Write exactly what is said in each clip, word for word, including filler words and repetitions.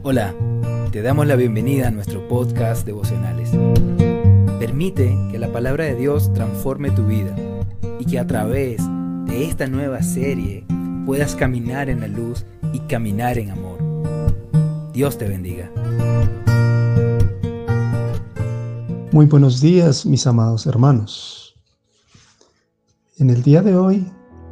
Hola, te damos la bienvenida a nuestro podcast devocionales. Permite que la palabra de Dios transforme tu vida y que a través de esta nueva serie puedas caminar en la luz y caminar en amor. Dios te bendiga. Muy buenos días, mis amados hermanos. En el día de hoy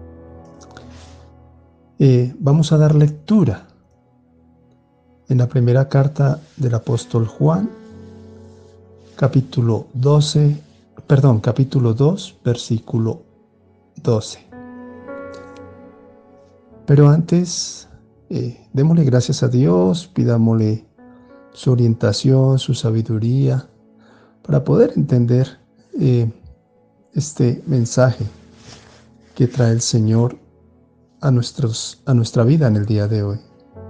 eh, vamos a dar lectura en la primera carta del apóstol Juan, capítulo doce, perdón, capítulo dos, versículo doce. Pero antes, eh, démosle gracias a Dios, pidámosle su orientación, su sabiduría, para poder entender eh, este mensaje que trae el Señor a, nuestros, a nuestra vida en el día de hoy.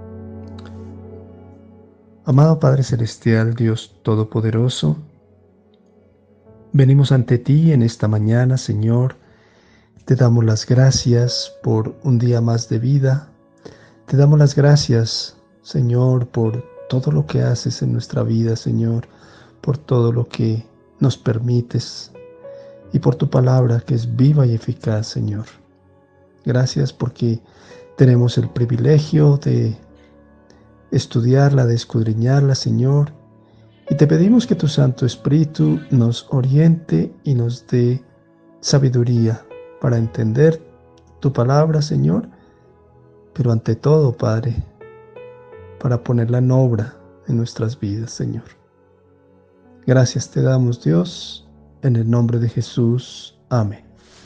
Amado Padre Celestial, Dios Todopoderoso, venimos ante ti en esta mañana, Señor. Te damos las gracias por un día más de vida. Te damos las gracias, Señor, por todo lo que haces en nuestra vida, Señor, por todo lo que nos permites y por tu palabra que es viva y eficaz, Señor. Gracias porque tenemos el privilegio de estudiarla, de escudriñarla, Señor, y te pedimos que tu Santo Espíritu nos oriente y nos dé sabiduría para entender tu palabra, Señor, pero ante todo, Padre, para ponerla en obra en nuestras vidas, Señor. Gracias te damos, Dios, en el nombre de Jesús. Amén.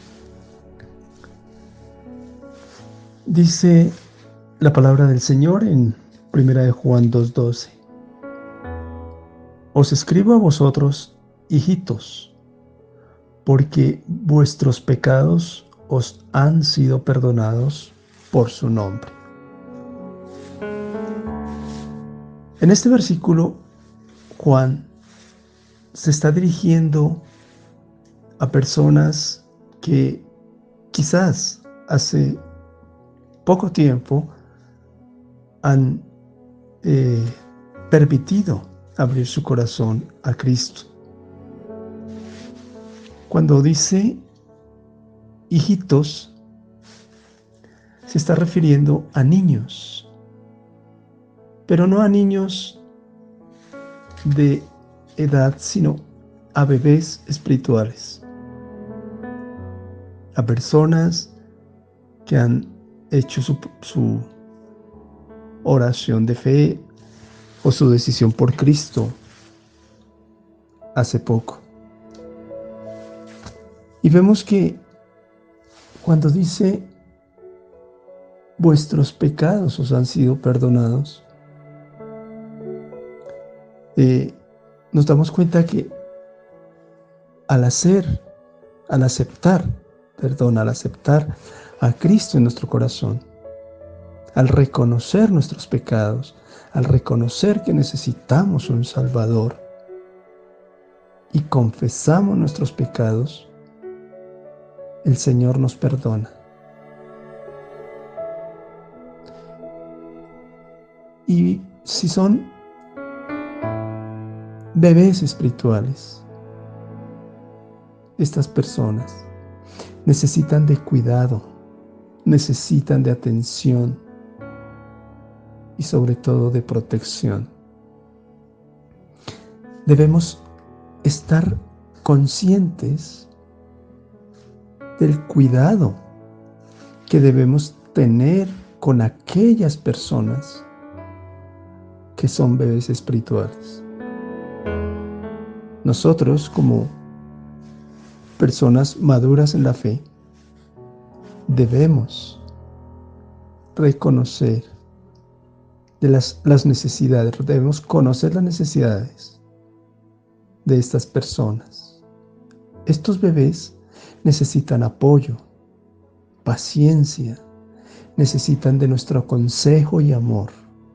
Dice la palabra del Señor en Primera de Juan dos doce. Os escribo a vosotros, hijitos, porque vuestros pecados os han sido perdonados por su nombre. En este versículo, Juan se está dirigiendo a personas que quizás hace poco tiempo han eh, permitido abrir su corazón a Cristo. Cuando dice hijitos, se está refiriendo a niños, pero no a niños de edad, sino a bebés espirituales, a personas que han hecho su, su oración de fe o su decisión por Cristo hace poco. Y vemos que cuando dice vuestros pecados os han sido perdonados, eh, nos damos cuenta que al hacer, al aceptar, perdón, al aceptar a Cristo en nuestro corazón, al reconocer nuestros pecados, al reconocer que necesitamos un Salvador y confesamos nuestros pecados, el Señor nos perdona. Y si son bebés espirituales, estas personas necesitan de cuidado, necesitan de atención y sobre todo de protección. Debemos estar conscientes del cuidado que debemos tener con aquellas personas que son bebés espirituales. Nosotros, como personas maduras en la fe, debemos reconocer de las, las necesidades, debemos conocer las necesidades de estas personas. Estos bebés necesitan apoyo, paciencia, necesitan de nuestro consejo y amor.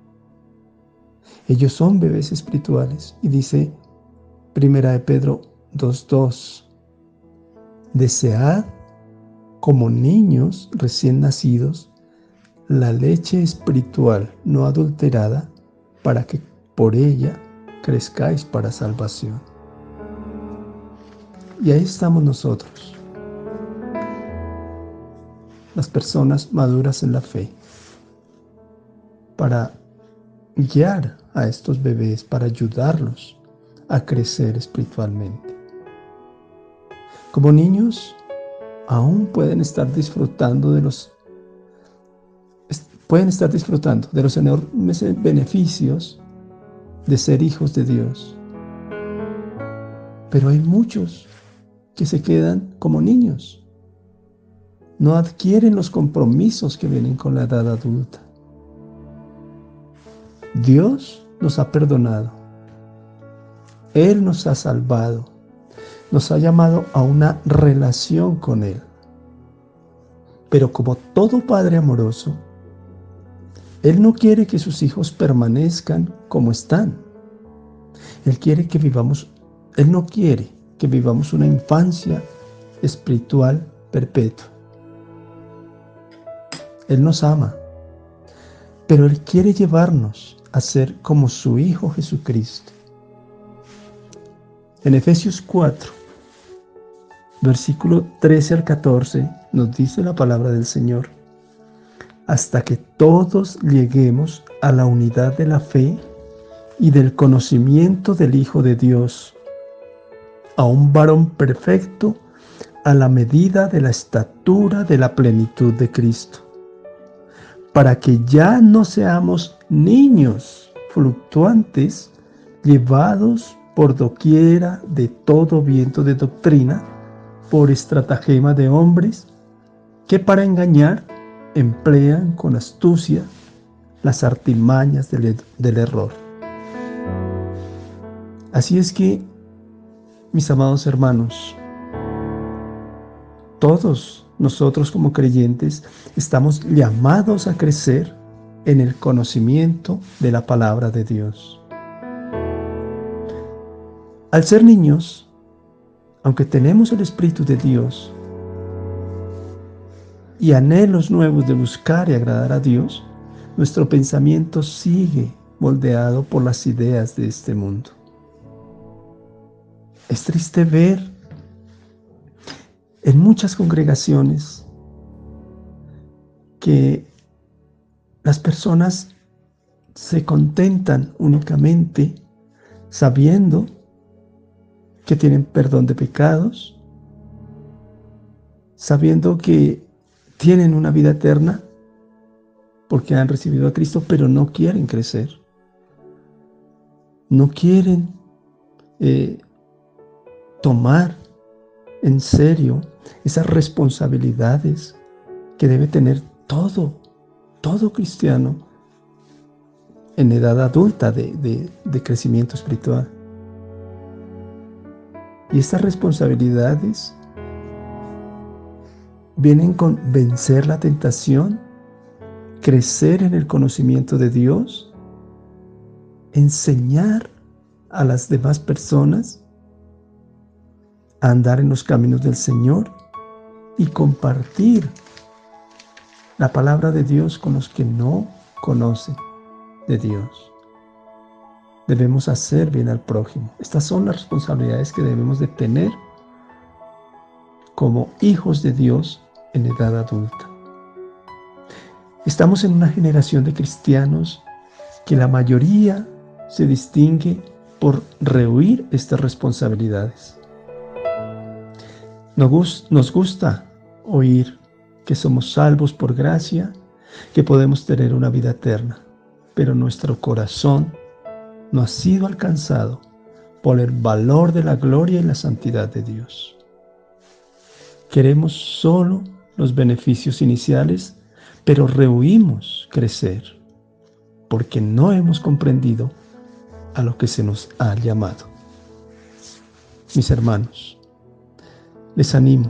Ellos son bebés espirituales y dice Primera de Pedro dos dos, desead como niños recién nacidos la leche espiritual no adulterada para que por ella crezcáis para salvación. Y ahí estamos nosotros, las personas maduras en la fe, para guiar a estos bebés, para ayudarlos a crecer espiritualmente. Como niños, aún pueden estar disfrutando de los pueden estar disfrutando de los enormes beneficios de ser hijos de Dios. Pero hay muchos que se quedan como niños. No adquieren los compromisos que vienen con la edad adulta. Dios nos ha perdonado. Él nos ha salvado. Nos ha llamado a una relación con Él. Pero como todo padre amoroso, Él no quiere que sus hijos permanezcan como están. Él quiere que vivamos, Él no quiere que vivamos una infancia espiritual perpetua. Él nos ama, pero Él quiere llevarnos a ser como su Hijo Jesucristo. En Efesios cuatro, versículo trece al catorce, nos dice la palabra del Señor: hasta que todos lleguemos a la unidad de la fe y del conocimiento del Hijo de Dios, a un varón perfecto, a la medida de la estatura de la plenitud de Cristo, para que ya no seamos niños fluctuantes, llevados por doquiera de todo viento de doctrina, por estratagema de hombres, que para engañar emplean con astucia las artimañas del, del error. Así es que, mis amados hermanos, todos nosotros como creyentes estamos llamados a crecer en el conocimiento de la palabra de Dios. Al ser niños, aunque tenemos el Espíritu de Dios y anhelos nuevos de buscar y agradar a Dios, nuestro pensamiento sigue moldeado por las ideas de este mundo. Es triste ver en muchas congregaciones que las personas se contentan únicamente sabiendo que tienen perdón de pecados, sabiendo que tienen una vida eterna porque han recibido a Cristo, pero no quieren crecer. No quieren eh, tomar en serio esas responsabilidades que debe tener todo, todo cristiano en edad adulta de, de, de crecimiento espiritual. Y estas responsabilidades vienen con vencer la tentación, crecer en el conocimiento de Dios, enseñar a las demás personas a andar en los caminos del Señor y compartir la palabra de Dios con los que no conocen de Dios. Debemos hacer bien al prójimo. Estas son las responsabilidades que debemos de tener como hijos de Dios en edad adulta. Estamos en una generación de cristianos que la mayoría se distingue por rehuir estas responsabilidades. Nos gusta oír que somos salvos por gracia, que podemos tener una vida eterna, pero nuestro corazón no ha sido alcanzado por el valor de la gloria y la santidad de Dios. Queremos solo los beneficios iniciales, pero rehuimos crecer porque no hemos comprendido a lo que se nos ha llamado. Mis hermanos, les animo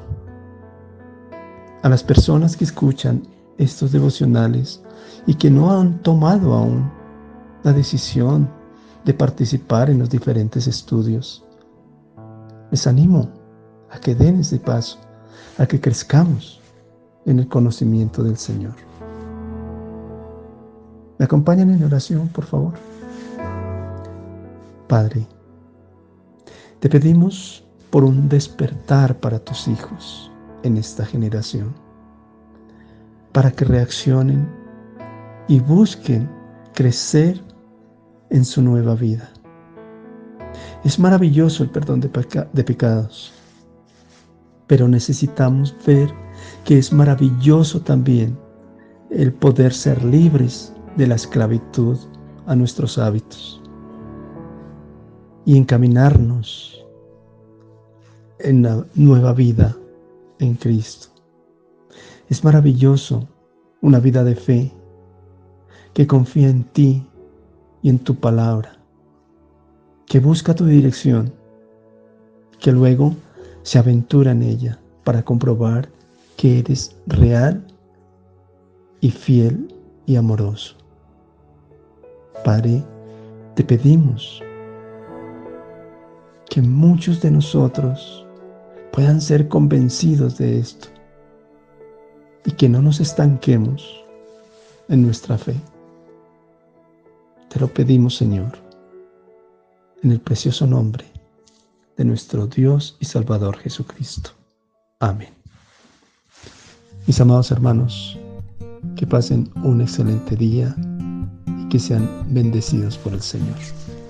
a las personas que escuchan estos devocionales y que no han tomado aún la decisión de participar en los diferentes estudios. Les animo a que den ese paso, a que crezcamos en el conocimiento del Señor. ¿Me acompañan en oración, por favor? Padre, te pedimos por un despertar para tus hijos en esta generación, para que reaccionen y busquen crecer en su nueva vida. Es maravilloso el perdón de, peca- de pecados, pero necesitamos ver que es maravilloso también el poder ser libres de la esclavitud a nuestros hábitos y encaminarnos en la nueva vida en Cristo. Es maravilloso una vida de fe que confía en ti y en tu palabra, que busca tu dirección, que luego se aventura en ella para comprobar que eres real y fiel y amoroso. Padre, te pedimos que muchos de nosotros puedan ser convencidos de esto y que no nos estanquemos en nuestra fe. Te lo pedimos, Señor, en el precioso nombre de nuestro Dios y Salvador Jesucristo. Amén. Mis amados hermanos, que pasen un excelente día y que sean bendecidos por el Señor.